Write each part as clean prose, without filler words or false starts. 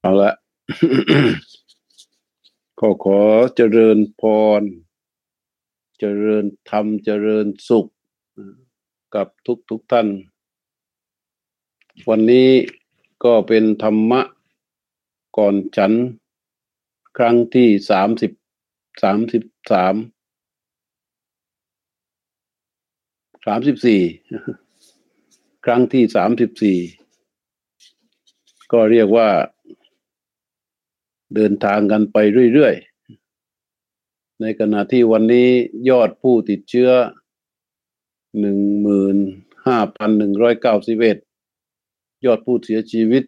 เอาละ ขอเจริญพรเจริญธรรมเจริญสุขกับทุกท่านวันนี้ก็เป็นธรรมะก่อนฉันครั้งที่34ครั้งที่34ก็เรียกว่าเดินทางกันไปเรื่อยๆในขณะที่วันนี้ยอดผู้ติดเชื้อ15,191ยอดผู้เสียชีวิต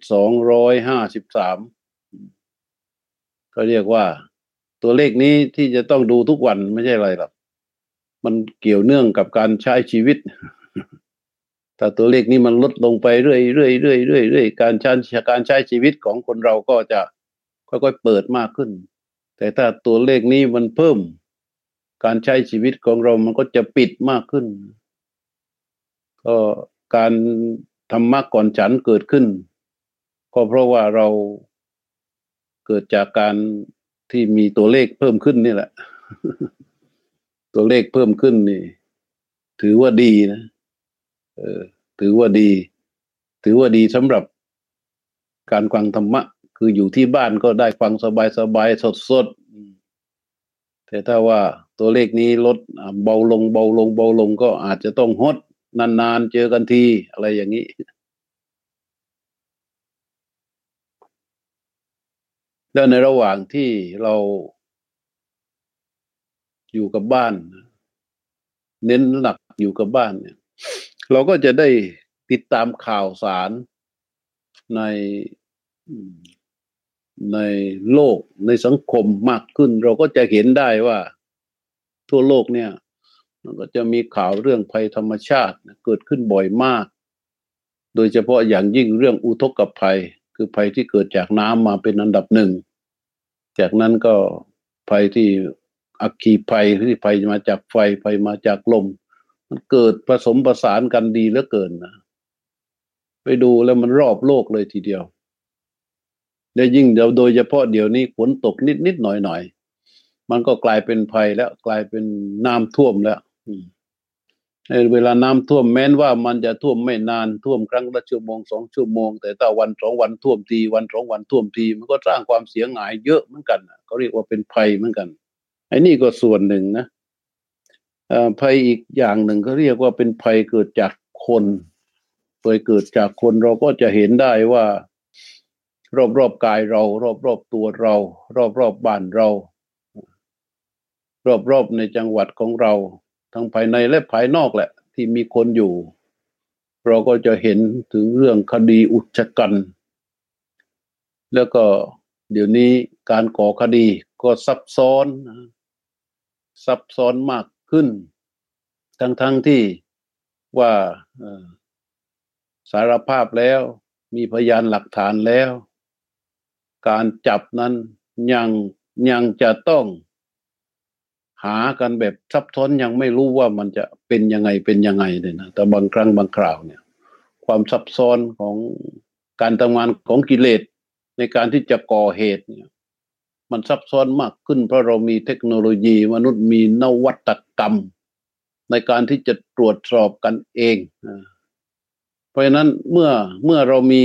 253ก็เรียกว่าตัวเลขนี้ที่จะต้องดูทุกวันไม่ใช่อะไรหรอกมันเกี่ยวเนื่องกับการใช้ชีวิตถ้าตัวเลขนี้มันลดลงไปเรื่อยๆการใช้ชีวิตของคนเราก็จะค่อยๆเปิดมากขึ้นแต่ถ้าตัวเลขนี้มันเพิ่มการใช้ชีวิตของเรามันก็จะปิดมากขึ้นก็การธรรมะก่อนฉันเกิดขึ้นก็เพราะว่าเราเกิดจากการที่มีตัวเลขเพิ่มขึ้นนี่แหละ ตัวเลขเพิ่มขึ้นนี่ถือว่าดีนะถือว่าดีสำหรับการฟังธรรมะคืออยู่ที่บ้านก็ได้ฟังสบายสดแต่ถ้าว่าตัวเลขนี้ลดเบาลงก็อาจจะต้องฮดนานๆเจอกันทีอะไรอย่างนี้แล้วในระหว่างที่เราอยู่กับบ้านเน้นหลักอยู่กับบ้านเนี่ยเราก็จะได้ติดตามข่าวสารในในโลกในสังคมมากขึ้นเราก็จะเห็นได้ว่าทั่วโลกเนี่ยมันก็จะมีข่าวเรื่องภัยธรรมชาติเกิดขึ้นบ่อยมากโดยเฉพาะอย่างยิ่งเรื่องอุทกภัยคือภัยที่เกิดจากน้ำมาเป็นอันดับหนึ่งจากนั้นก็ภัยที่อัคคีภัยที่ภัยมาจากไฟภัยมาจากลมมันเกิดผสมผสานกันดีเหลือเกินนะไปดูแล้วมันรอบโลกเลยทีเดียวและยิ่งโดยเฉพาะเดี๋ยวนี้ฝนตกนิดหน่อยมันก็กลายเป็นภัยแล้วกลายเป็นน้ำท่วมแล้วเวลาน้ำท่วมแม้นว่ามันจะท่วมไม่นานท่วมครั้งละชั่วโมง2 ชั่วโมงแต่ถ้าวัน2 วันท่วมทีวัน2 วันท่วมทีมันก็สร้างความเสียหายเยอะเหมือนกันเขาเรียกว่าเป็นภัยเหมือนกันไอ้นี่ก็ส่วนหนึ่งนะภัยอีกอย่างหนึ่งเขาเรียกว่าเป็นภัยเกิดจากคนโดยเกิดจากคนเราก็จะเห็นได้ว่ารอบกายเรารอบตัวเรารอบบ้านเรารอบในจังหวัดของเราทั้งภายในและภายนอกแหละที่มีคนอยู่เราก็จะเห็นถึงเรื่องคดีอุกชะกันแล้วก็เดี๋ยวนี้การก่อคดีก็ซับซ้อนมากขึ้นทั้งที่ว่าสารภาพแล้วมีพยานหลักฐานแล้วการจับนั้นยังจะต้องหากันแบบซับซ้อนยังไม่รู้ว่ามันจะเป็นยังไงเลยนะแต่บางครั้งบางคราวเนี่ยความซับซ้อนของการทำงานของกิเลสในการที่จะก่อเหตุเนี่ยมันซับซ้อนมากขึ้นเพราะเรามีเทคโนโลยีมนุษย์มีนวัตกรรมในการที่จะตรวจสอบกันเองเพราะฉะนั้นเมื่อเรามี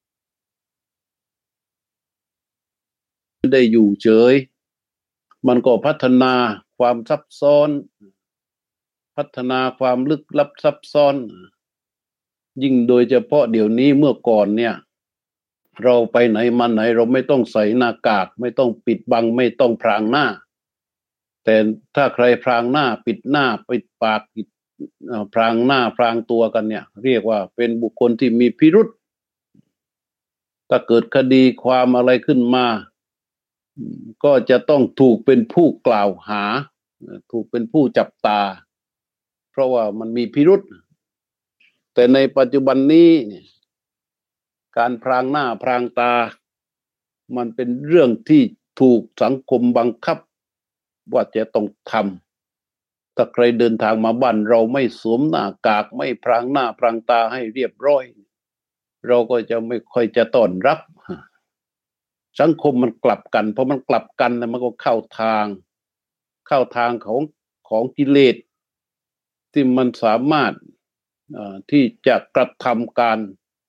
ได้อยู่เฉยมันก็พัฒนาความซับซ้อนพัฒนาความลึกลับซับซ้อนยิ่งโดยเฉพาะเดี๋ยวนี้เมื่อก่อนเนี่ยเราไปไหนมาไหนเราไม่ต้องใส่หน้ากากไม่ต้องปิดบังไม่ต้องพรางหน้าแต่ถ้าใครพรางหน้าปิดหน้าปิดปากปิดพรางหน้าพรางตัวกันเนี่ยเรียกว่าเป็นบุคคลที่มีพิรุธถ้าเกิดคดีความอะไรขึ้นมาก็จะต้องถูกเป็นผู้กล่าวหาถูกเป็นผู้จับตาเพราะว่ามันมีพิรุธแต่ในปัจจุบันนี้การพรางหน้าพรางตามันเป็นเรื่องที่ถูกสังคมบังคับว่าจะต้องทำถ้าใครเดินทางมาบ้านเราไม่สวมหน้ากากไม่พรางหน้าพรางตาให้เรียบร้อยเราก็จะไม่ค่อยจะต้อนรับสังคมมันกลับกันพอมันกลับกันแล้วมันก็เข้าทางของกิเลสที่มันสามารถที่จะกระทำการ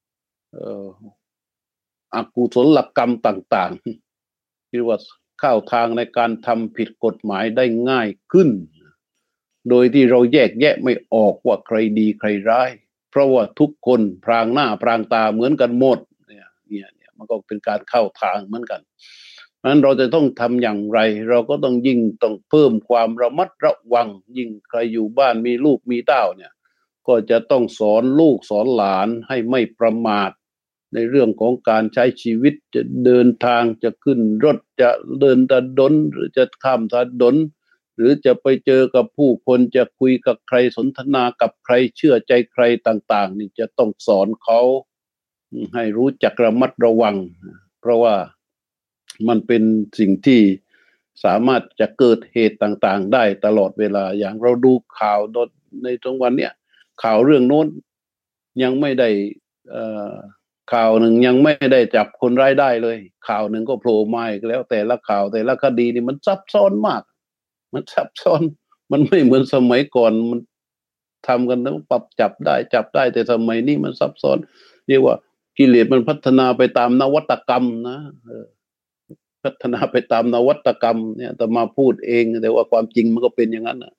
อกุศลกรรมต่างๆที่ว่าเข้าทางในการทำผิดกฎหมายได้ง่ายขึ้นโดยที่เราแยกแยะไม่ออกว่าใครดีใครร้ายเพราะว่าทุกคนพรางหน้าพรางตาเหมือนกันหมดเนี่ยมันก็เป็นการเข้าทางเหมือนกันนั้นเราจะต้องทำอย่างไรเราก็ต้องยิ่งต้องเพิ่มความระมัดระวังยิ่งใครอยู่บ้านมีลูกมีเต้าเนี่ยก็จะต้องสอนลูกสอนหลานให้ไม่ประมาทในเรื่องของการใช้ชีวิตจะเดินทางจะขึ้นรถจะเดินถนนหรือจะข้ามถนนหรือจะไปเจอกับผู้คนจะคุยกับใครสนทนากับใครเชื่อใจใครต่างๆนี่จะต้องสอนเขาให้รู้จักระมัดระวังเพราะว่ามันเป็นสิ่งที่สามารถจะเกิดเหตุต่างๆได้ตลอดเวลาอย่างเราดูข่าวในตรงวันเนี้ยข่าวเรื่องโน้นยังไม่ได้ข่าวหนึ่งยังไม่ได้จับคนร้ายได้เลยข่าวหนึ่งก็โผล่มาอีกแล้วแต่ละข่าวแต่ละคดีนี่มันซับซ้อนมากมันซับซ้อนมันไม่เหมือนสมัยก่อนมันทำกันแล้วปรับจับได้แต่สมัยนี้มันซับซ้อนเรียกว่ากิเลสมันพัฒนาไปตามนวัตกรรมนะพัฒนาไปตามนวัตกรรมเนี่ยแต่มาพูดเองแต่ว่าความจริงมันก็เป็นอย่างนั้นนะ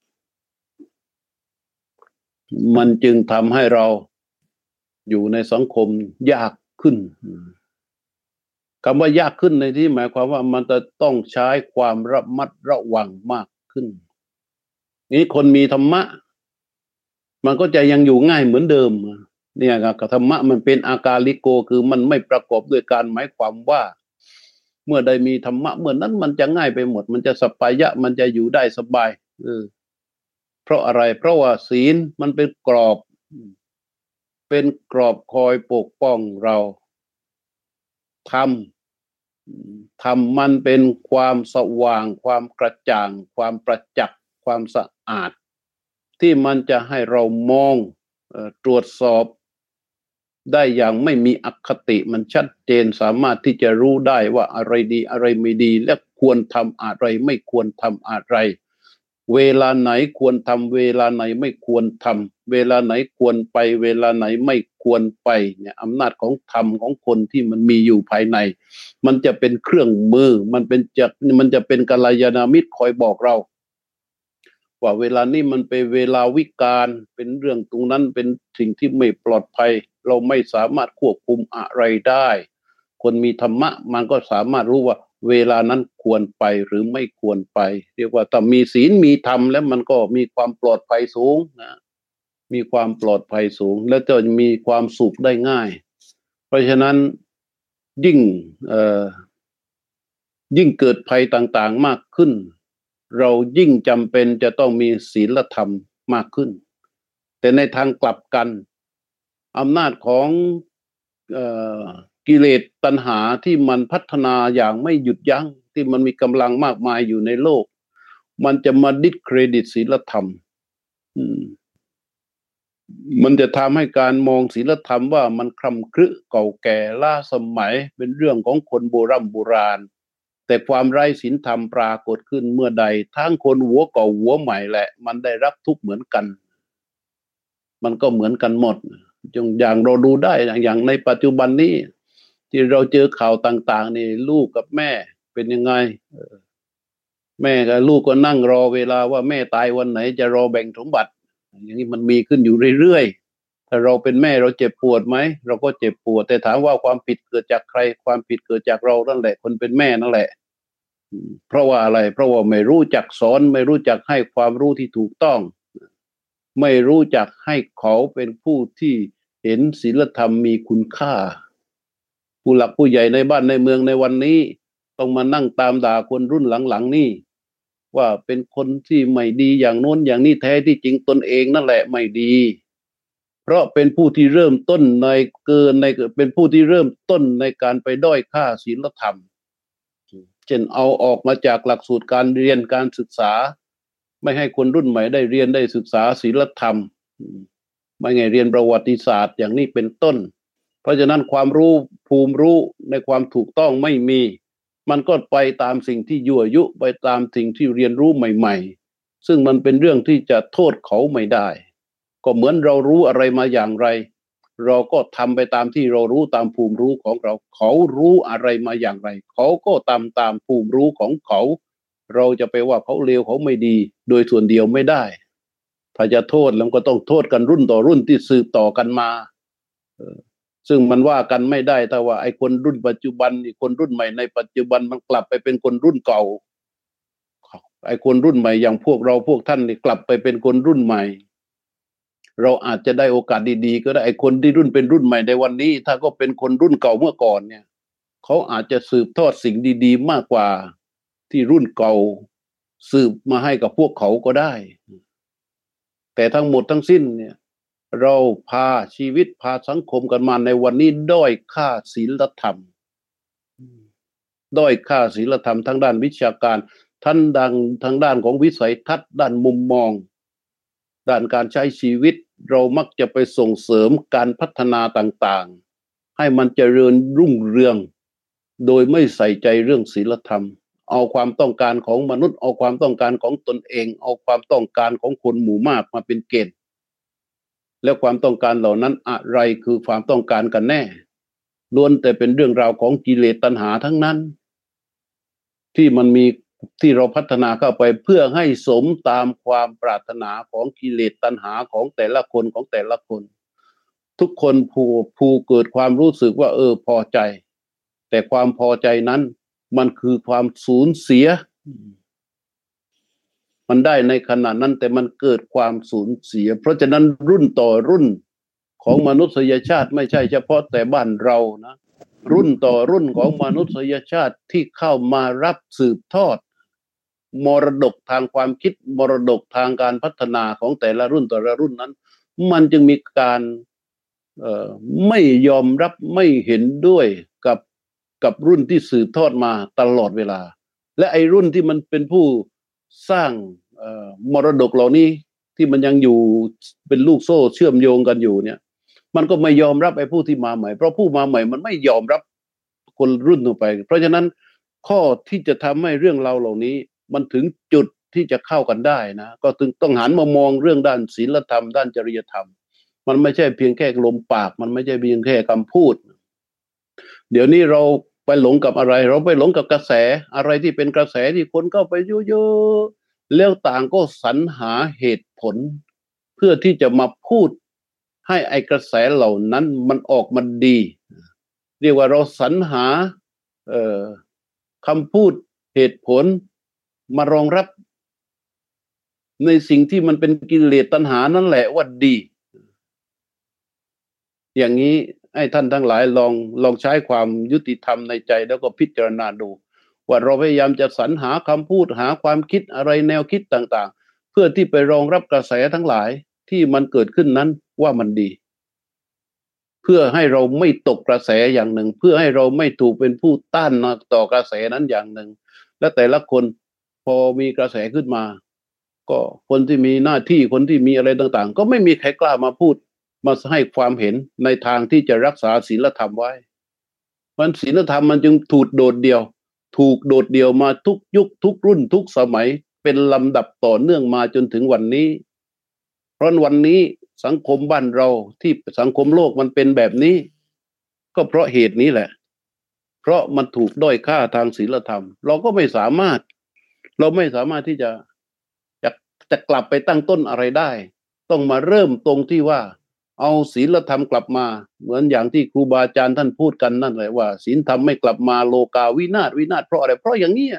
มันจึงทำให้เราอยู่ในสังคมยากขึ้นคำว่ายากขึ้นในที่หมายความว่ามันจะต้องใช้ความระมัดระวังมากขึ้นนี้คนมีธรรมะมันก็จะยังอยู่ง่ายเหมือนเดิมเนี่ยกับธรรมะมันเป็นอากาลิโกคือมันไม่ประกอบด้วยการหมายความว่าเมื่อใดมีธรรมะเมื่อนั้นมันจะง่ายไปหมดมันจะสัปปายะมันจะอยู่ได้สบายเพราะอะไรเพราะว่าศีลมันเป็นกรอบคอยปกป้องเราธรรมมันเป็นความสว่างความกระจ่างความประจักษ์ความสะอาดที่มันจะให้เรามองตรวจสอบได้อย่างไม่มีอคติมันชัดเจนสามารถที่จะรู้ได้ว่าอะไรดีอะไรไม่ดีและควรทำอะไรไม่ควรทำอะไรเวลาไหนควรทำเวลาไหนไม่ควรทำเวลาไหนควรไปเวลาไหนไม่ควรไปเนี่ยอำนาจของธรรมของคนที่มันมีอยู่ภายในมันจะเป็นเครื่องมือมันจะเป็นกัลยาณมิตรคอยบอกเราว่าเวลานี้มันเป็นเวลาวิกาลเป็นเรื่องตรงนั้นเป็นสิ่งที่ไม่ปลอดภัยเราไม่สามารถควบคุมอะไรได้คนมีธรรมะมันก็สามารถรู้ว่าเวลานั้นควรไปหรือไม่ควรไปเรียกว่าถ้ามีศีลมีธรรมแล้วมันก็มีความปลอดภัยสูงนะมีความปลอดภัยสูงและจะมีความสุขได้ง่ายเพราะฉะนั้นยิ่งเกิดภัยต่างๆมากขึ้นเรายิ่งจำเป็นจะต้องมีศีลธรรมมากขึ้นแต่ในทางกลับกันอำนาจของกิเลสตัณหาที่มันพัฒนาอย่างไม่หยุดยั้งที่มันมีกำลังมากมายอยู่ในโลกมันจะมาดิสเครดิตศีลธรรมมันจะทำให้การมองศีลธรรมว่ามันคำครึเก่าแก่ล้าสมัยเป็นเรื่องของคนโบราณแต่ความไร้ศีลธรรมปรากฏขึ้นเมื่อใดทั้งคนหัวเก่าหัวใหม่แหละมันได้รับทุกข์เหมือนกันมันก็เหมือนกันหมดอย่างเราดูได้อย่างในปัจจุบันนี้ที่เราเจอข่าวต่างๆนี่ลูกกับแม่เป็นยังไงแม่กับลูกก็นั่งรอเวลาว่าแม่ตายวันไหนจะรอแบ่งสมบัติอย่างนี้มันมีขึ้นอยู่เรื่อยๆถ้าเราเป็นแม่เราเจ็บปวดไหมเราก็เจ็บปวดแต่ถามว่าความผิดเกิดจากใครความผิดเกิดจากเรานั่นแหละคนเป็นแม่นั่นแหละเพราะว่าอะไรเพราะว่าไม่รู้จักสอนไม่รู้จักให้ความรู้ที่ถูกต้องไม่รู้จักให้เขาเป็นผู้ที่เห็นศีลธรรมมีคุณค่าผู้หลักผู้ใหญ่ในบ้านในเมืองในวันนี้ต้องมานั่งตามด่าคนรุ่นหลังๆนี่ว่าเป็นคนที่ไม่ดีอย่างโน้นอย่างนี้แท้ที่จริงตนเองนั่นแหละไม่ดีเพราะเป็นผู้ที่เริ่มต้นเป็นผู้ที่เริ่มต้นในการไปด้อยค่าศีลธรรมเช่นเอาออกมาจากหลักสูตรการเรียนการศึกษาไม่ให้คนรุ่นใหม่ได้เรียนได้ศึกษาศีลธรรมไม่ไงเรียนประวัติศาสตร์อย่างนี้เป็นต้นเพราะฉะนั้นความรู้ภูมิรู้ในความถูกต้องไม่มีมันก็ไปตามสิ่งที่ยั่วยุไปตามสิ่งที่เรียนรู้ใหม่ๆซึ่งมันเป็นเรื่องที่จะโทษเขาไม่ได้ก็เหมือนเรารู้อะไรมาอย่างไรเราก็ทำไปตามที่เรารู้ตามภูมิรู้ของเราเขารู้อะไรมาอย่างไรเขาก็ตามภูมิรู้ของเขาเราจะไปว่าเขาเลวเขาไม่ดีโดยส่วนเดียวไม่ได้ถ้าจะโทษแล้วก็ต้องโทษกันรุ่นต่อรุ่นที่สืบต่อกันมาซึ่งมันว่ากันไม่ได้แต่ว่าไอ้คนรุ่นปัจจุบันนี่คนรุ่นใหม่ในปัจจุบันมันกลับไปเป็นคนรุ่นเก่าไอ้คนรุ่นใหม่อย่างพวกเราพวกท่านนี่กลับไปเป็นคนรุ่นใหม่เราอาจจะได้โอกาสดีๆก็ได้ไอ้คนที่รุ่นเป็นรุ่นใหม่ในวันนี้ถ้าก็เป็นคนรุ่นเก่าเมื่อก่อนเนี่ยเขาอาจจะสืบทอดสิ่งดีๆมากกว่าที่รุ่นเก่าสืบมาให้กับพวกเขาก็ได้แต่ทั้งหมดทั้งสิ้นเนี่ยเราพาชีวิตพาสังคมกันมาในวันนี้ด้อยค่าศีลธรรมด้อยค่าศีลธรรมทั้งด้านวิชาการทั้งด้านของวิสัยทัศน์ด้านมุมมองด้านการใช้ชีวิตเรามักจะไปส่งเสริมการพัฒนาต่างๆให้มันเจริญรุ่งเรืองโดยไม่ใส่ใจเรื่องศีลธรรมเอาความต้องการของมนุษย์เอาความต้องการของตนเองเอาความต้องการของคนหมู่มากมาเป็นเกณฑ์แล้วความต้องการเหล่านั้นอะไรคือความต้องการกันแน่ล้วนแต่เป็นเรื่องราวของกิเลสตัณหาทั้งนั้นที่มันมีที่เราพัฒนาเข้าไปเพื่อให้สมตามความปรารถนาของกิเลสตัณหาของแต่ละคนทุกคนผู้เกิดความรู้สึกว่าพอใจแต่ความพอใจนั้นมันคือความสูญเสียมันได้ในขณะนั้นแต่มันเกิดความสูญเสียเพราะฉะนั้นรุ่นต่อรุ่นของมนุษยชาติไม่ใช่เฉพาะแต่บ้านเรานะรุ่นต่อรุ่นของมนุษยชาติที่เข้ามารับสืบทอดมรดกทางความคิดมรดกทางการพัฒนาของแต่ละรุ่นนั้นมันจึงมีการไม่ยอมรับไม่เห็นด้วยกับรุ่นที่สืบทอดมาตลอดเวลาและไอ้รุ่นที่มันเป็นผู้สร้างมรดกเหล่านี้ที่มันยังอยู่เป็นลูกโซ่เชื่อมโยงกันอยู่เนี่ยมันก็ไม่ยอมรับไอ้ผู้ที่มาใหม่เพราะผู้มาใหม่มันไม่ยอมรับคนรุ่นต่อไปเพราะฉะนั้นข้อที่จะทำให้เรื่องราวเหล่านี้มันถึงจุดที่จะเข้ากันได้นะก็ถึงต้องหันมามองเรื่องด้านศีลธรรมด้านจริยธรรมมันไม่ใช่เพียงแค่ลมปากมันไม่ใช่เพียงแค่คำพูดเดี๋ยวนี้เราไปหลงกับอะไรเราไปหลงกับกระแสอะไรที่เป็นกระแสที่คนเข้าไปเยอะๆแล้วต่างก็สรรหาเหตุผลเพื่อที่จะมาพูดให้ไอ้กระแสเหล่านั้นมันออกมาดีเรียกว่าเราสรรหาคำพูดเหตุผลมารองรับในสิ่งที่มันเป็นกิเลสตัณหานั่นแหละว่าดีอย่างนี้ให้ท่านทั้งหลายลองใช้ความยุติธรรมในใจแล้วก็พิจารณาดูว่าเราพยายามจะสรรหาคำพูดหาความคิดอะไรแนวคิดต่างๆเพื่อที่ไปรองรับกระแสทั้งหลายที่มันเกิดขึ้นนั้นว่ามันดีเพื่อให้เราไม่ตกกระแสอย่างหนึ่งเพื่อให้เราไม่ถูกเป็นผู้ต้านต่อกระแสนั้นอย่างหนึ่งและแต่ละคนพอมีกระแสขึ้นมาก็คนที่มีหน้าที่คนที่มีอะไรต่างๆก็ไม่มีใครกล้ามาพูดมาให้ความเห็นในทางที่จะรักษาศีลธรรมไว้มันศีลธรรมมันจึงถูกโดดเดี่ยวมาทุกยุคทุกรุ่นทุกสมัยเป็นลำดับต่อเนื่องมาจนถึงวันนี้เพราะวันนี้สังคมบ้านเราที่สังคมโลกมันเป็นแบบนี้ก็เพราะเหตุนี้แหละเพราะมันถูกด้อยค่าทางศีลธรรมเราไม่สามารถที่จะกลับไปตั้งต้นอะไรได้ต้องมาเริ่มตรงที่ว่าเอาศีลธรรมกลับมาเหมือนอย่างที่ครูบาอาจารย์ท่านพูดกันนั่นแหละว่าศีลธรรมไม่กลับมาโลกาวินาศเพราะอะไรเพราะอย่างนี้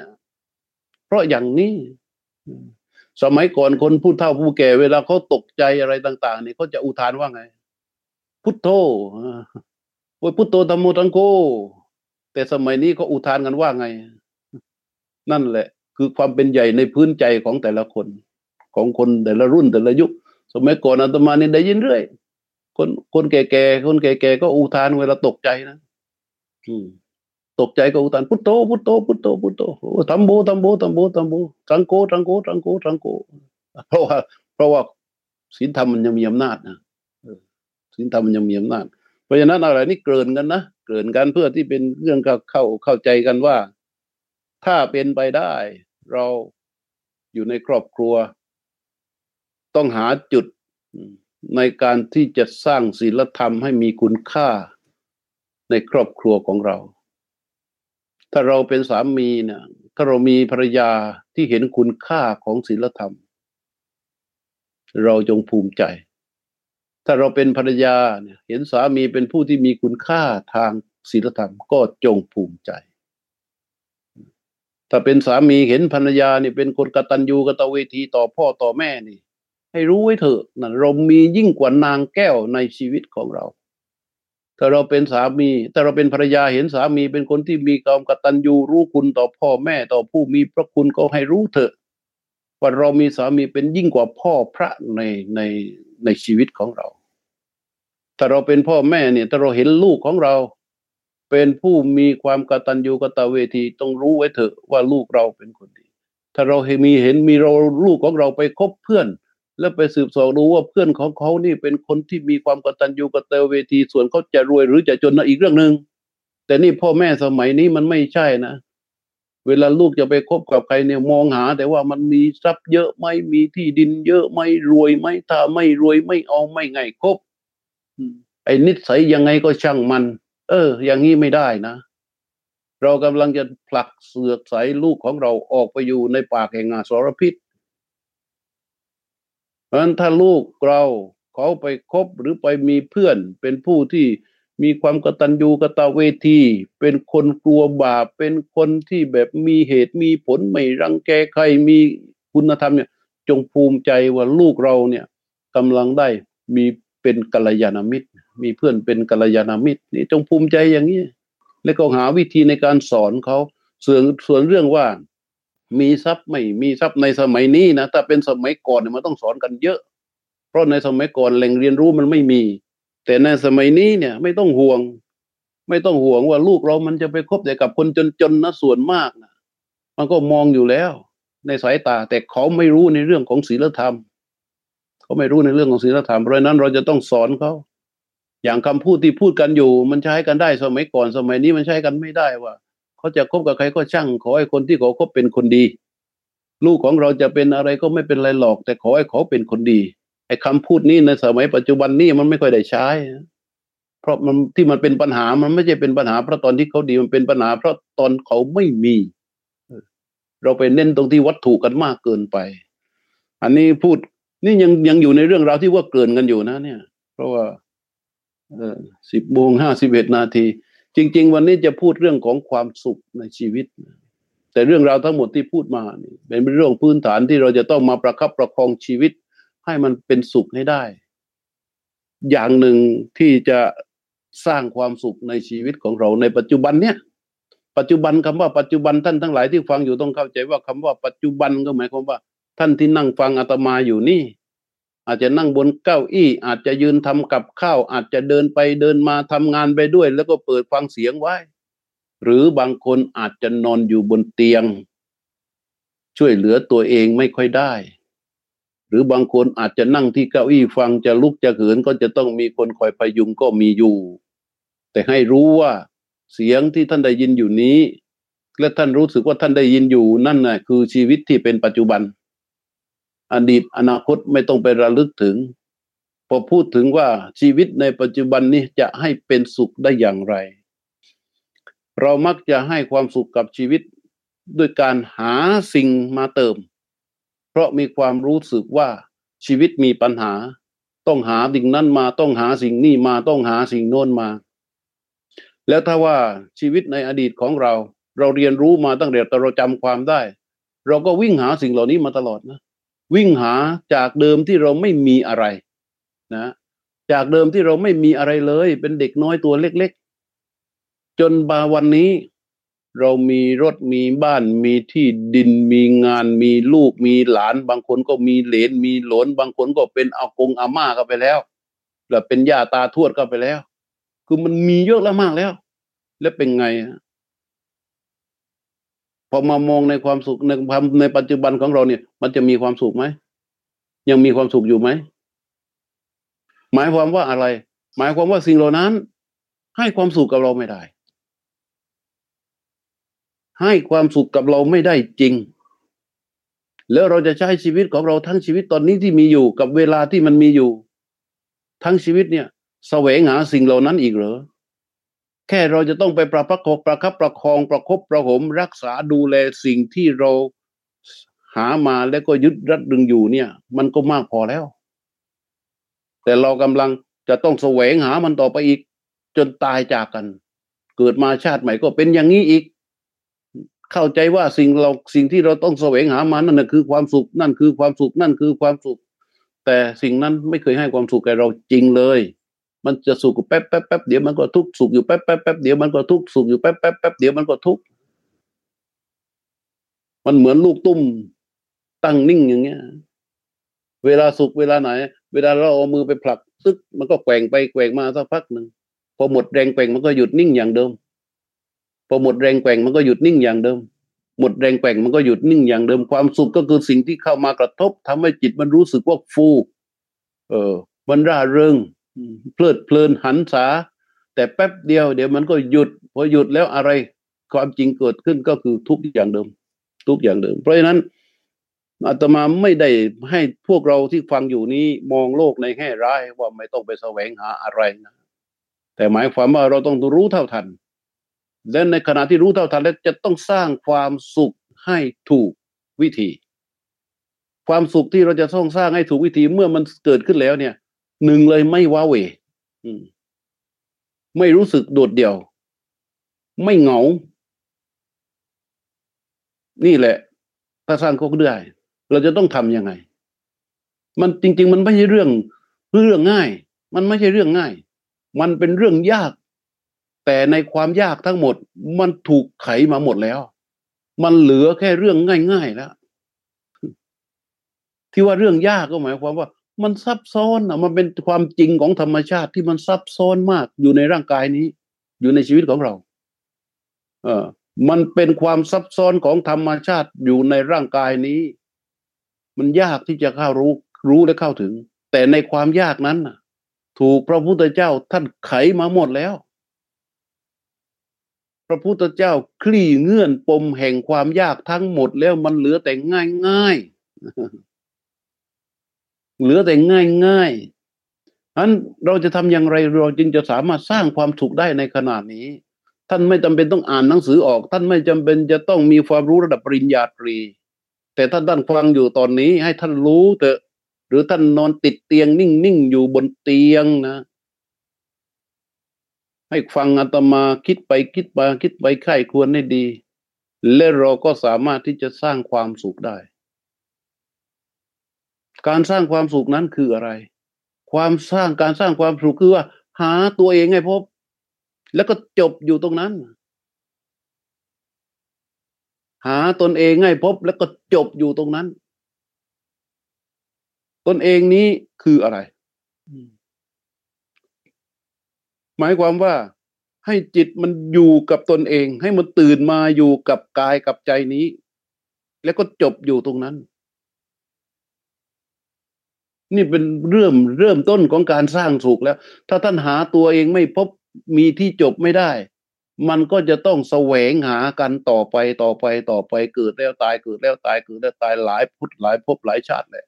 สมัยก่อนคนผู้เฒ่าผู้แก่เวลาเขาตกใจอะไรต่างๆนี่เขาจะอุทานว่าไงพุทโธโอ้ยพุทโธธัมโมสังโฆแต่สมัยนี้เขาอุทานกันว่าไงนั่นแหละคือความเป็นใหญ่ในพื้นใจของแต่ละคนของคนแต่ละรุ่นแต่ละยุคสมัยก่อนอาตมานี่ได้ยินเรื่อยคนแก่ๆก็อุทานเวลาตกใจนะตกใจก็อุทานพุทโธพุทโธพุทโธพุทโธธัมโมธัมโมธัมโมธัมโมสังโฆสังโฆสังโฆสังโฆเพราะว่าศีลธรรมมันยังมีอำนาจนะศีลธรรมมันยังมีอำนาจเพราะฉะนั้นอะไรนี่เกินกันนะเกริ่นกันเพื่อที่เป็นเรื่องเข้าใจกันว่าถ้าเป็นไปได้เราอยู่ในครอบครัวต้องหาจุดในการที่จะสร้างศีลธรรมให้มีคุณค่าในครอบครัวของเราถ้าเราเป็นสามีเนี่ยถ้าเรามีภรรยาที่เห็นคุณค่าของศีลธรรมเราจงภูมิใจถ้าเราเป็นภรรยาเนี่ยเห็นสามีเป็นผู้ที่มีคุณค่าทางศีลธรรมก็จงภูมิใจถ้าเป็นสามีเห็นภรรยานี่เป็นคนกตัญญูกตเวทีต่อพ่อต่อแม่นี่ให้รู้ไว้เถอะนะเรามียิ่งกว่านางแก้วในชีวิตของเราถ้าเราเป็นสามีถ้าเราเป็นภรรยาเห็นสามีเป็นคนที่มีความกตัญญูรู้คุณต่อพ่อแม่ต่อผู้มีพระคุณก็ให้รู้เถอะว่าเรามีสามีเป็นยิ่งกว่าพ่อพระในชีวิตของเราถ้าเราเป็นพ่อแม่เนี่ยถ้าเราเห็นลูกของเราเป็นผู้มีความกตัญญูกตเวทีต้องรู้ไว้เถอะว่าลูกเราเป็นคนดีถ้าเราเห็นมีเราลูกของเราไปคบเพื่อนแล้วไปสืบสอบดูว่าเพื่อนของเขานี่เป็นคนที่มีความกตัญญูกตเวทีส่วนเขาจะรวยหรือจะจนนั่นอีกเรื่องนึงแต่นี่พ่อแม่สมัยนี้มันไม่ใช่นะเวลาลูกจะไปคบกับใครเนี่ยมองหาแต่ว่ามันมีทรัพย์เยอะไหมมีที่ดินเยอะไหมรวยไหมถ้าไม่รวยไม่เอาไม่ไงคบไอ้นิสัยยังไงก็ช่างมันอย่างนี้ไม่ได้นะเรากำลังจะผลักเสือกใส่ลูกของเราออกไปอยู่ในปากแห่งอสรพิษเพราะฉะนั้นถ้าลูกเราเขาไปคบหรือไปมีเพื่อนเป็นผู้ที่มีความกตัญญูกตเวทีเป็นคนกลัวบาปเป็นคนที่แบบมีเหตุมีผลไม่รังแกใครมีคุณธรรมเนี่ยจงภูมิใจว่าลูกเราเนี่ยกำลังได้มีเป็นกัลยาณมิตรมีเพื่อนเป็นกัลยาณมิตรนี่จงภูมิใจอย่างนี้แล้วก็หาวิธีในการสอนเขาส่วนเรื่องว่ามีทรัพย์ไม่มีทรัพย์ในสมัยนี้นะถ้าเป็นสมัยก่อนเนี่ยมันต้องสอนกันเยอะเพราะในสมัยก่อนแหล่งเรียนรู้มันไม่มีแต่ในสมัยนี้เนี่ยไม่ต้องห่วงว่าลูกเรามันจะไปคบแต่กับคนจนๆนะส่วนมากนะมันก็มองอยู่แล้วในสายตาแต่เขาไม่รู้ในเรื่องของศีลธรรมเขาไม่รู้ในเรื่องของศีลธรรมเพราะฉะนั้นเราจะต้องสอนเขาอย่างคำพูดที่พูดกันอยู่มันใช้กันได้สมัยก่อนสมัยนี้มันใช้กันไม่ได้ว่าเขาจะคบกับใครก็ช่างขอให้คนที่เขาคบเป็นคนดีลูกของเราจะเป็นอะไรก็ไม่เป็นไรหรอกแต่ขอให้เขาเป็นคนดีไอ้คำพูดนี้ในสมัยปัจจุบันนี้มันไม่ค่อยได้ใช้เพราะมันที่มันเป็นปัญหามันไม่ใช่เป็นปัญหาเพราะตอนที่เขาดีมันเป็นปัญหาเพราะตอนเขาไม่มีเราไปเน้นตรงที่วัตถุกันมากเกินไปอันนี้พูดนี่ยังอยู่ในเรื่องราวที่ว่าเกินกันอยู่นะเนี่ยเพราะว่า10:51 นาทีจริงๆวันนี้จะพูดเรื่องของความสุขในชีวิตแต่เรื่องราวทั้งหมดที่พูดมานี่เป็นเรื่องพื้นฐานที่เราจะต้องมาประคับประคองชีวิตให้มันเป็นสุขให้ได้อย่างหนึ่งที่จะสร้างความสุขในชีวิตของเราในปัจจุบันเนี่ยปัจจุบันคำว่าปัจจุบันท่านทั้งหลายที่ฟังอยู่ต้องเข้าใจว่าคำว่าปัจจุบันก็หมายความว่าท่านที่นั่งฟังอาตมาอยู่นี่อาจจะนั่งบนเก้าอี้อาจจะยืนทำกับข้าวอาจจะเดินไปเดินมาทำงานไปด้วยแล้วก็เปิดฟังเสียงไว้หรือบางคนอาจจะนอนอยู่บนเตียงช่วยเหลือตัวเองไม่ค่อยได้หรือบางคนอาจจะนั่งที่เก้าอี้ฟังจะลุกจะเหินก็จะต้องมีคนคอยพยุงก็มีอยู่แต่ให้รู้ว่าเสียงที่ท่านได้ยินอยู่นี้และท่านรู้สึกว่าท่านได้ยินอยู่นั่นน่ะคือชีวิตที่เป็นปัจจุบันอดีตอนาคตไม่ต้องไประลึกถึงพอพูดถึงว่าชีวิตในปัจจุบันนี้จะให้เป็นสุขได้อย่างไรเรามักจะให้ความสุขกับชีวิตด้วยการหาสิ่งมาเติมเพราะมีความรู้สึกว่าชีวิตมีปัญหาต้องหาสิ่งนั้นมาต้องหาสิ่งนี้มาต้องหาสิ่งโน้นมาแล้วถ้าว่าชีวิตในอดีตของเราเรียนรู้มาตั้งแต่เราจำความได้เราก็วิ่งหาสิ่งเหล่านี้มาตลอดนะวิ่งหาจากเดิมที่เราไม่มีอะไรนะจากเดิมที่เราไม่มีอะไรเลยเป็นเด็กน้อยตัวเล็กๆจนมาวันนี้เรามีรถมีบ้านมีที่ดินมีงานมีลูกมีหลานบางคนก็มีเหลนมีหลนบางคนก็เป็นอากงอาม่าก็ไปแล้วแล้วเป็นย่าตาทวดก็ไปแล้วคือมันมีเยอะแล้วมากแล้วแล้วเป็นไงพอมามองในความสุขในปัจจุบันของเราเนี่ยมันจะมีความสุขไหมยังมีความสุขอยู่ไหมหมายความว่าอะไรหมายความว่าสิ่งเหล่านั้นให้ความสุขกับเราไม่ได้ให้ความสุขกับเราไม่ได้จริงแล้วเราจะใช้ชีวิตของเราทั้งชีวิตตอนนี้ที่มีอยู่กับเวลาที่มันมีอยู่ทั้งชีวิตเนี่ยแสวงหาสิ่งเหล่านั้นอีกเหรอแค่เราจะต้องไปประคับประคองประคบประหงมรักษาดูแลสิ่งที่เราหามาแล้วก็ยึดรัดดึงอยู่เนี่ยมันก็มากพอแล้วแต่เรากำลังจะต้องแสวงหามันต่อไปอีกจนตายจากกันเกิดมาชาติใหม่ก็เป็นอย่างนี้อีกเข้าใจว่าสิ่งที่เราต้องแสวงหามานั่นคือความสุขนั่นคือความสุขนั่นคือความสุขแต่สิ่งนั้นไม่เคยให้ความสุขแก่เราจริงเลยมันจะสุขแป๊บแป๊บแป๊บเดี๋ยวมันก็ทุกข์สุขอยู่แป๊บแป๊บแป๊บเดี๋ยวมันก็ทุกข์สุขอยู่แป๊บแป๊บแป๊บเดี๋ยวมันก็ทุกข์มันเหมือนลูกตุ้มตั้งนิ่งอย่างเงี้ยเวลาสุขเวลาไหนเวลาเราเอามือไปผลักซึกมันก็แกว่งไปแกว่งมาสักพักหนึ่งพอหมดแรงแกว่งมันก็หยุดนิ่งอย่างเดิมพอหมดแรงแกว่งมันก็หยุดนิ่งอย่างเดิมหมดแรงแกว่งมันก็หยุดนิ่งอย่างเดิมความสุขก็คือสิ่งที่เข้ามากระทบทำให้จิตมันรู้สึกว่าฟูเออมันร่าเริงเพลิดเพลินหันษาแต่แป๊บเดียวเดี๋ยวมันก็หยุดพอหยุดแล้วอะไรความจริงเกิดขึ้นก็คือทุกอย่างเดิมทุกอย่างเดิมเพราะฉะนั้นอาตมาไม่ได้ให้พวกเราที่ฟังอยู่นี้มองโลกในแง่ร้ายว่าไม่ต้องไปแสวงหาอะไรนะแต่หมายความว่าเราต้องรู้เท่าทันและในขณะที่รู้เท่าทันแล้วจะต้องสร้างความสุขให้ถูกวิธีความสุขที่เราจะต้องสร้างให้ถูกวิธีเมื่อมันเกิดขึ้นแล้วเนี่ยหนึ่งเลยไม่ว้าเหวไม่รู้สึกโดดเดี่ยวไม่เหงานี่แหละถ้าสร้างก็ได้เราจะต้องทำยังไงมันจริงๆมันไม่ใช่เรื่องง่ายมันไม่ใช่เรื่องง่ายมันเป็นเรื่องยากแต่ในความยากทั้งหมดมันถูกไขมาหมดแล้วมันเหลือแค่เรื่องง่ายๆแล้วที่ว่าเรื่องยากก็หมายความว่ามันซับซ้อนมันเป็นความจริงของธรรมชาติที่มันซับซ้อนมากอยู่ในร่างกายนี้อยู่ในชีวิตของเรามันเป็นความซับซ้อนของธรรมชาติอยู่ในร่างกายนี้มันยากที่จะเข้ารู้และเข้าถึงแต่ในความยากนั้นถูกพระพุทธเจ้าท่านไขมาหมดแล้วพระพุทธเจ้าคลี่เงื่อนปมแห่งความยากทั้งหมดแล้วมันเหลือแต่ง่ายๆเหลือแต่ง่ายๆนั้นเราจะทำอย่างไรเราจึงจะสามารถสร้างความสุขได้ในขณะนี้ท่านไม่จำเป็นต้องอ่านหนังสือออกท่านไม่จำเป็นจะต้องมีความรู้ระดับปริญญาตรีแต่ถ้าท่านฟังอยู่ตอนนี้ให้ท่านรู้เถอะหรือท่านนอนติดเตียงนิ่งๆอยู่บนเตียงนะให้ฟังอาตมาคิดไปคิดมาคิดไปไข้ควรให้ดีและเราก็สามารถที่จะสร้างความสุขได้การสร้างความสุขนั้นคืออะไรการสร้างความสุขคือว่าหาตัวเองให้พบแล้วก็จบอยู่ตรงนั้นหาตนเองให้พบแล้วก็จบอยู่ตรงนั้นตนเองนี้คืออะไรหมายความว่าให้จิตมันอยู่กับตนเองให้มันตื่นมาอยู่กับกายกับใจนี้แล้วก็จบอยู่ตรงนั้นนี่เป็นเริ่มต้นของการสร้างสุขแล้วถ้าท่านหาตัวเองไม่พบมีที่จบไม่ได้มันก็จะต้องแสวงหากันต่อไปเกิดแล้วตายเกิดแล้วตายเกิดแล้วตายหลายพุทธหลายภพหลายชาติเลย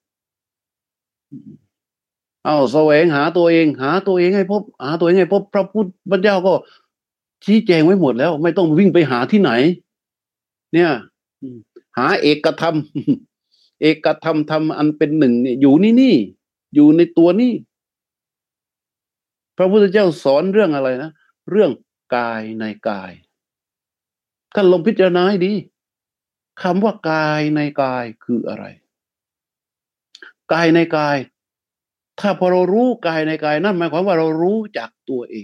เอาแสวงหาตัวเองให้พบหาตัวเองให้พบพระพุทธเจ้าก็ชี้แจงไว้หมดแล้วไม่ต้องวิ่งไปหาที่ไหนเนี่ยหาเอกธรรมเอกธรรมธรรมอันเป็นหนึ่งเนี่ยอยู่นี่อยู่ในตัวนี้พระพุทธเจ้าสอนเรื่องอะไรนะเรื่องกายในกายท่านลองพิจารณาให้ดีคำว่ากายในกายคืออะไรกายในกายถ้าพอเรารู้กายในกายนั่นหมายความว่าเรารู้จักตัวเอง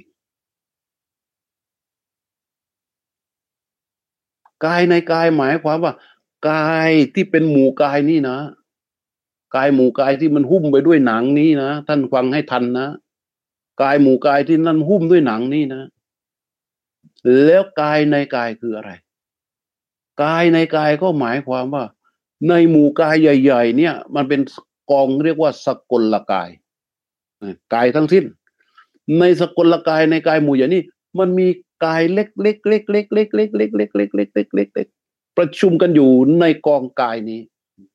กายในกายหมายความว่ากายที่เป็นหมู่กายนี่นะกายหมู่กายที่มันหุ้มไปด้วยหนังนี้นะท่านฟังให้ทันนะกายหมู่กายที่นั่นหุ้มด้วยหนังนี่นะแล้วกายในกายคืออะไรกายในกายก็หมายความว่าในหมู่กายใหญ่ๆเนี่ยมันเป็นกองเรียกว่าสกลกายกายทั้งสิ้นในสกลกายในกายหมู่อย่างนี้มันมีกายเล็กเล็กเล็กเล็กเล็กเล็กเล็กเล็กเล็กเล็กเล็กเล็กเล็กประชุมกันอยู่ในกองกายนี้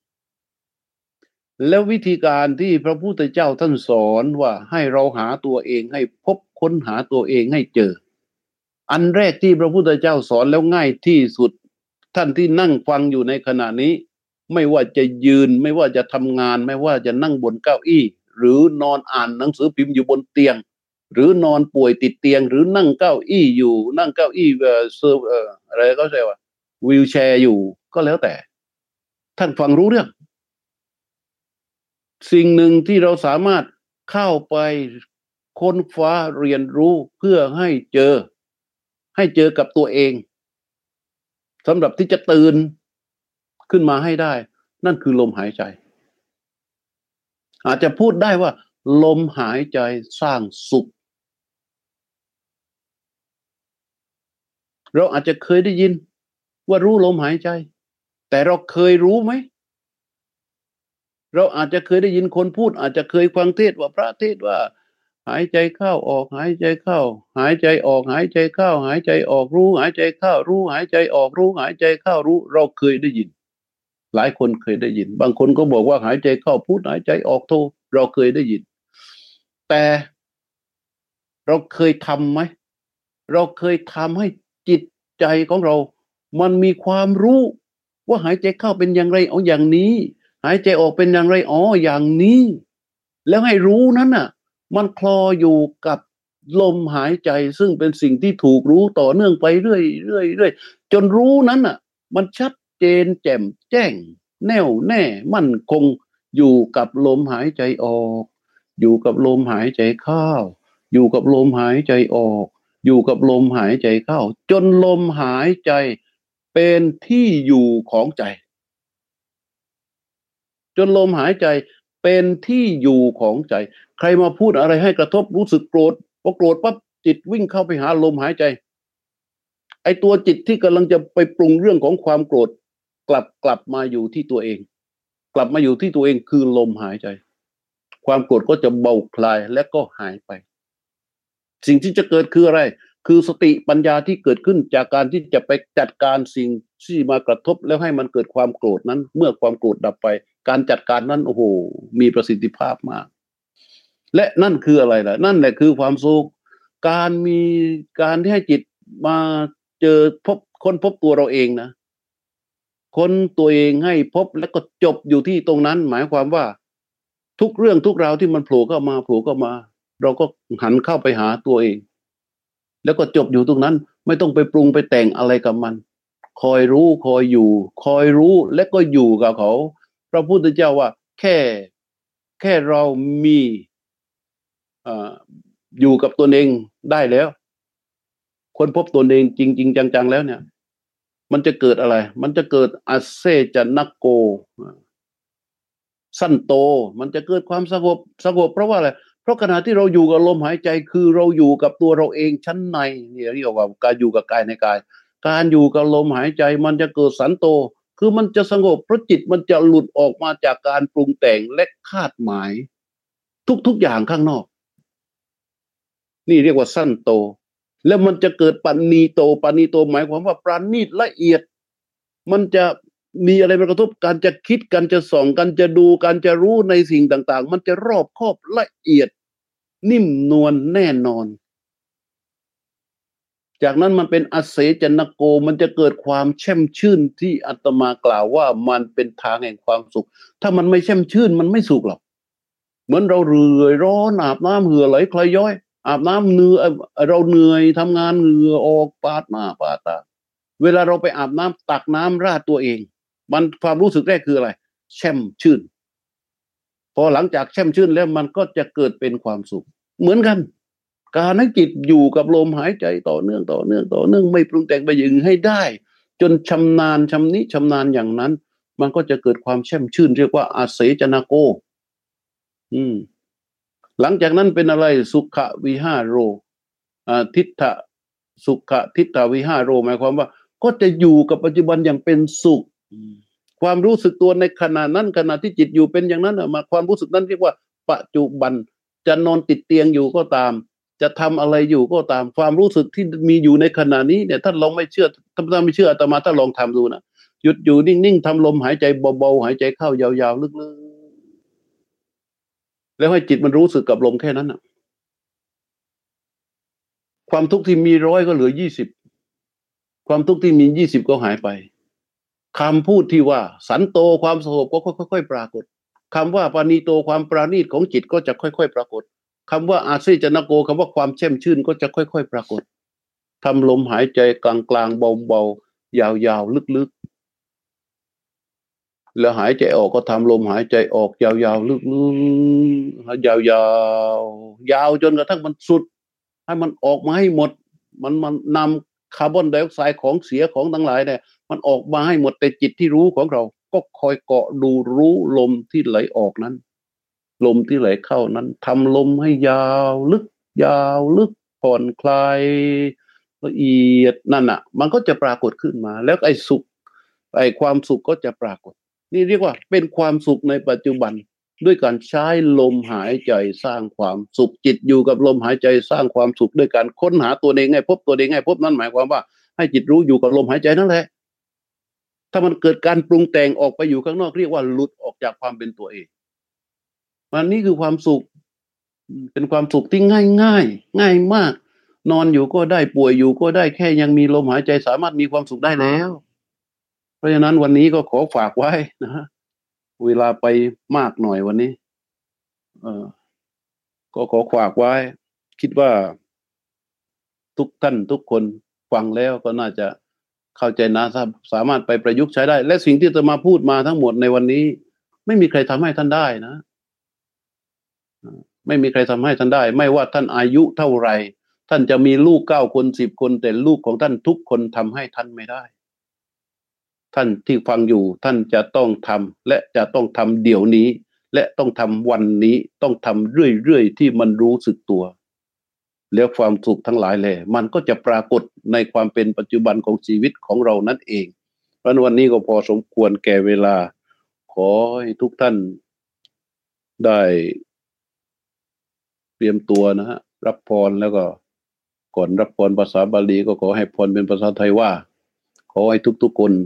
แล้ววิธีการที่พระพุทธเจ้าท่านสอนว่าให้เราหาตัวเองให้พบค้นหาตัวเองให้เจออันแรกที่พระพุทธเจ้าสอนแล้วง่ายที่สุดท่านที่นั่งฟังอยู่ในขณะนี้ไม่ว่าจะยืนไม่ว่าจะทำงานไม่ว่าจะนั่งบนเก้าอี้หรือนอนอ่านหนังสือพิมพ์อยู่บนเตียงหรือนอนป่วยติดเตียงหรือนั่งเก้าอี้อยู่นั่งเก้าอี้อะไรก็ใช่ว่าวีลแชร์อยู่ก็แล้วแต่ท่านฟังรู้เรื่องสิ่งหนึ่งที่เราสามารถเข้าไปค้นคว้าเรียนรู้เพื่อให้เจอกับตัวเองสำหรับที่จะตื่นขึ้นมาให้ได้นั่นคือลมหายใจอาจจะพูดได้ว่าลมหายใจสร้างสุขเราอาจจะเคยได้ยินว่ารู้ลมหายใจแต่เราเคยรู้ไหมเราอาจจะเคยได้ยินคนพูดอาจจะเคยฟังเทศว่าพระเทศว่าหายใจเข้าออกหายใจเข้าหายใจออกหายใจเข้าหายใจออกรู้หายใจเข้ารู้หายใจออกรู้หายใจเข้ารู้เราเคยได้ยินหลายคนเคยได้ยินบางคนก็บอกว่าหายใจเข้าพูดหายใจออกโทเราเคยได้ยินแต่เราเคยทำไหมเราเคยทำให้จิตใจของเรามันมีความรู้ว่าหายใจเข้าเป็นอย่างไรเอาอย่างนี้หายใจออกเป็นอย่างไรอ๋ออย่างนี้แล้วให้รู้นั้นน่ะมันคลออยู่กับลมหายใจซึ่งเป็นสิ่งที่ถูกรู้ต่อเนื่องไปเรื่อยเรื่อยเรื่อยจนรู้นั้นน่ะมันชัดเจนแจ่มแจ้งแน่วแน่มั่นคงอยู่กับลมหายใจออกอยู่กับลมหายใจเข้าอยู่กับลมหายใจออกอยู่กับลมหายใจเข้าจนลมหายใจเป็นที่อยู่ของใจจนลมหายใจเป็นที่อยู่ของใจใครมาพูดอะไรให้กระทบรู้สึกโกรธพอโกรธปั๊บจิตวิ่งเข้าไปหาลมหายใจไอ้ตัวจิตที่กำลังจะไปปรุงเรื่องของความโกรธกลับมาอยู่ที่ตัวเองกลับมาอยู่ที่ตัวเองคือลมหายใจความโกรธก็จะเบาคลายและก็หายไปสิ่งที่จะเกิดคืออะไรคือสติปัญญาที่เกิดขึ้นจากการที่จะไปจัดการสิ่งที่มากระทบแล้วให้มันเกิดความโกรธนั้นเมื่อความโกรธดับไปการจัดการนั้นโอ้โหมีประสิทธิภาพมากและนั่นคืออะไรล่ะนั่นแหละคือความสุขการมีการที่ให้จิตมาเจอค้นพบตัวเราเองนะค้นตัวเองให้พบแล้วก็จบอยู่ที่ตรงนั้นหมายความว่าทุกเรื่องทุกราวที่มันโผล่เข้ามาเราก็หันเข้าไปหาตัวเองแล้วก็จบอยู่ตรงนั้นไม่ต้องไปปรุงไปแต่งอะไรกับมันคอยรู้คอยอยู่คอยรู้และก็อยู่กับเขาพระพุทธเจ้าว่าแค่เรามีอยู่กับตนเองได้แล้วค้นพบตนเองจริงๆจังๆแล้วเนี่ยมันจะเกิดอะไรมันจะเกิดอัสเซจนักโกสั้นโตมันจะเกิดความสงบเพราะว่าอะไรเพราะขณะที่เราอยู่กับลมหายใจคือเราอยู่กับตัวเราเองชั้นในนี่เรียกว่าการอยู่กับกายในกายการอยู่กับลมหายใจมันจะเกิดสันโตคือมันจะสงบเพราะจิตมันจะหลุดออกมาจากการปรุงแต่งและคาดหมายทุกอย่างข้างนอกนี่เรียกว่าสั้นโตแล้วมันจะเกิดปณีโตหมายความว่าปราณีตละเอียดมันจะมีอะไรมากระทบการจะคิดการจะส่องการจะดูการจะรู้ในสิ่งต่างๆมันจะรอบคอบละเอียดนิ่มนวลแน่นอนจากนั้นมันเป็นอเสจนโกมันจะเกิดความแช่มชื่นที่อาตมากล่าวว่ามันเป็นทางแห่งความสุขถ้ามันไม่แช่มชื่นมันไม่สุขหรอกเหมือนเราเรื่อยร้อนอาบน้ำเหงื่อไหลคลายย้อยอาบน้ำเหนื่อยเราเหนื่อยทำงานเหงื่อออกปาดหน้าปาดตาเวลาเราไปอาบน้ำตักน้ำราดตัวเองมันความรู้สึกแรกคืออะไรแช่มชื่นพอหลังจากแช่มชื่นแล้วมันก็จะเกิดเป็นความสุขเหมือนกันการให้จิตอยู่กับลมหายใจต่อเนื่องไม่ปรุงแต่งไปอย่างอื่นให้ได้จนชำนาญชำนิชำนาญอย่างนั้นมันก็จะเกิดความแช่มชื่นเรียกว่าอาเสจนาโกหลังจากนั้นเป็นอะไรสุขวิหารโรทิฏฐะสุขทิฏฐวิหารโรหมายความว่าก็จะอยู่กับปัจจุบันอย่างเป็นสุขความรู้สึกตัวในขณะนั้นขณะที่จิตอยู่เป็นอย่างนั้นมาความรู้สึกนั้นเรียกว่าปัจจุบันจะนอนติดเตียงอยู่ก็ตามจะทำอะไรอยู่ก็ตามความรู้สึกที่มีอยู่ในขณะนี้เนี่ยท่านลองไม่เชื่อท่านไม่เชื่ออาตมาท่านลองทำดูนะหยุดอยู่นิ่งๆทำลมหายใจเบาๆหายใจเข้ายาวๆลึกๆแล้วให้จิตมันรู้สึกกับลมแค่นั้นนะความทุกข์ที่มี100ก็เหลือ20ความทุกข์ที่มี20ก็หายไปคำพูดที่ว่าสันโตความสงบก็ค่อยๆปรากฏคำว่าปานีโตความปราณีตของจิตก็จะค่อยๆปรากฏคำว่าอาเซจนะโกคำว่าความแช่มชื่นก็จะค่อยๆปรากฏทำลมหายใจกลางๆเบาๆยาวๆลึกๆแล้วหายใจออกก็ทำลมหายใจออกยาวๆลึกๆยาวๆยาวจนกระทั่งมันสุดให้มันออกมาให้หมดมันนำคาร์บอนไดออกไซด์ของเสียของทั้งหลายเนี่ยมันออกมาให้หมดแต่จิตที่รู้ของเราก็คอยเกาะดูรู้ลมที่ไหลออกนั้นลมที่ไหลเข้านั้นทำลมให้ยาวลึกยาวลึกผ่อนคลายละเอียดนั่นน่ะมันก็จะปรากฏขึ้นมาแล้วไอ้สุขไอ้ความสุขก็จะปรากฏนี่เรียกว่าเป็นความสุขในปัจจุบันด้วยการใช้ลมหายใจสร้างความสุขจิตอยู่กับลมหายใจสร้างความสุขด้วยการค้นหาตัวเองให้พบตัวเองให้พบนั่นหมายความว่าให้จิตรู้อยู่กับลมหายใจนั่นแหละถ้ามันเกิดการปรุงแต่งออกไปอยู่ข้างนอกเรียกว่าหลุดออกจากความเป็นตัวเองมันนี่คือความสุขเป็นความสุขที่ง่ายมากนอนอยู่ก็ได้ป่วยอยู่ก็ได้แค่ยังมีลมหายใจสามารถมีความสุขได้แล้วเพราะฉะนั้นวันนี้ก็ขอฝากไว้นะฮะเวลาไปมากหน่อยวันนี้เออก็ขอฝากไว้คิดว่าทุกท่านทุกคนฟังแล้วก็น่าจะเข้าใจนะสามารถไปประยุกต์ใช้ได้และสิ่งที่จะมาพูดมาทั้งหมดในวันนี้ไม่มีใครทำให้ท่านได้นะไม่มีใครทำให้ท่านได้ไม่ว่าท่านอายุเท่าไหร่ท่านจะมีลูก9 คน10 คนแต่ลูกของท่านทุกคนทำให้ท่านไม่ได้ท่านที่ฟังอยู่ท่านจะต้องทำและจะต้องทำเดี๋ยวนี้และต้องทำวันนี้ต้องทำเรื่อยๆที่มันรู้สึกตัวแล้วความสุขทั้งหลายแหละมันก็จะปรากฏในความเป็นปัจจุบันของชีวิตของเรานั่นเองเพราะวันนี้ก็พอสมควรแก่เวลาขอให้ทุกท่านได้เตรียมตัวนะฮะรับพรแล้วก็ก่อนรับพรภาษาบาลีก็ขอให้พรเป็นภาษาไทยว่าขอให้ทุกๆคน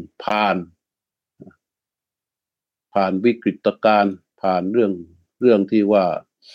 ผ่านวิกฤตการณ์ผ่านเรื่องที่ว่า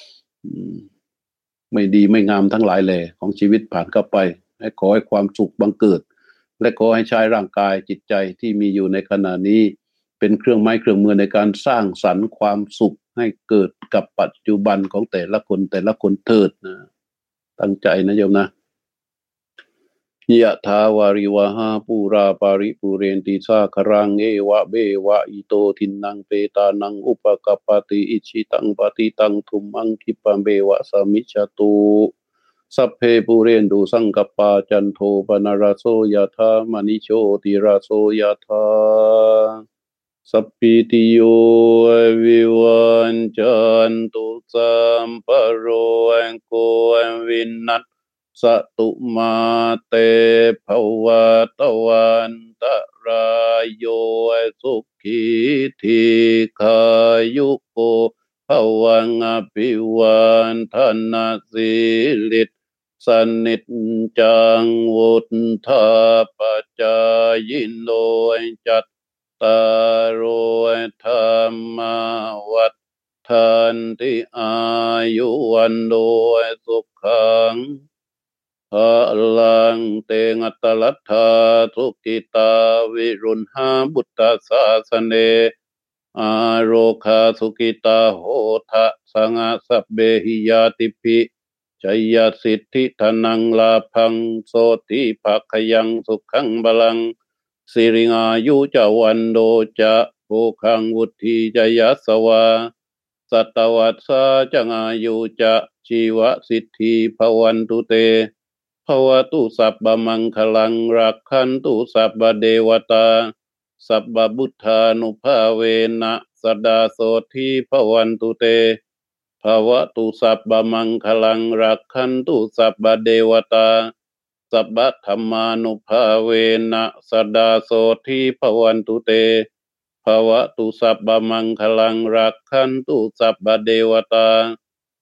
ไม่ดีไม่งามทั้งหลายแหล่ของชีวิตผ่านเข้าไปให้ขอให้ความสุขบังเกิดและขอให้ใช้ร่างกายจิตใจที่มีอยู่ในขณะนี้เป็นเครื่องไม้เครื่องมือในการสร้างสรรค์ความสุขให้เกิดกับปัจจุบันของแต่ละคนเถิดนะตั้งใจนะโยมนะยะถาวาริวหาปูราปาริปุเรนติสาครังเอวะเบวะอิโตทินังเปตานังอุปกปปติอิชิตังปฏิตังทุมมังคิปะเบวะสมิจฉตุสัพเพปุเรนตุสังกปปาจันโทปนรสโสยะถามณิโชติราโสยะถาสัพพิติโยวิวันจันตุสัมปโรโควินัสสตุมาเตภวัตวันตรายโยสุขีทีขายุโกภวังอภิวันธนาสิลิตสนิจจังวุฒาปจายโนจัตตารโอธรรมวัฏทันติอายุวันโดสุขังพลังเตงัตตลัทธาทุกิตาวิรุณหาบุตตาสาสเนอาโรคาสุกิตาโหทะสังะสัพเบหิยาติภิชัยสิทธิธนังลาภังโสติภคยังสุขังบาลังสิริงายุจวันโดจะโภคังวุฒิจยสวาสัตวัสสะจังอายุจะชีวสิทธิภวันตุเตภวตุสัพพมังคลังรักขันตุสัพพเดวตาสัพพบุทธานุภาเวนะสดาโสธีภวันตุเตภวตุสัพพมังคลังรักขันตุสัพพเดวตาสัพพธรรมานุภาเวนะสดาโสธีภวันตุเตภวตุสัพพมังคลังรักขันตุสัพพเดวตา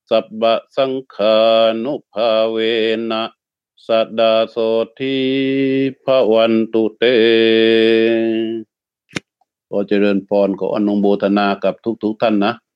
สัพพะสังขานุภาเวนะสัดดาโสธีภวันตุเตขอเจริญพรขออนุโมทนากับทุกท่านนะ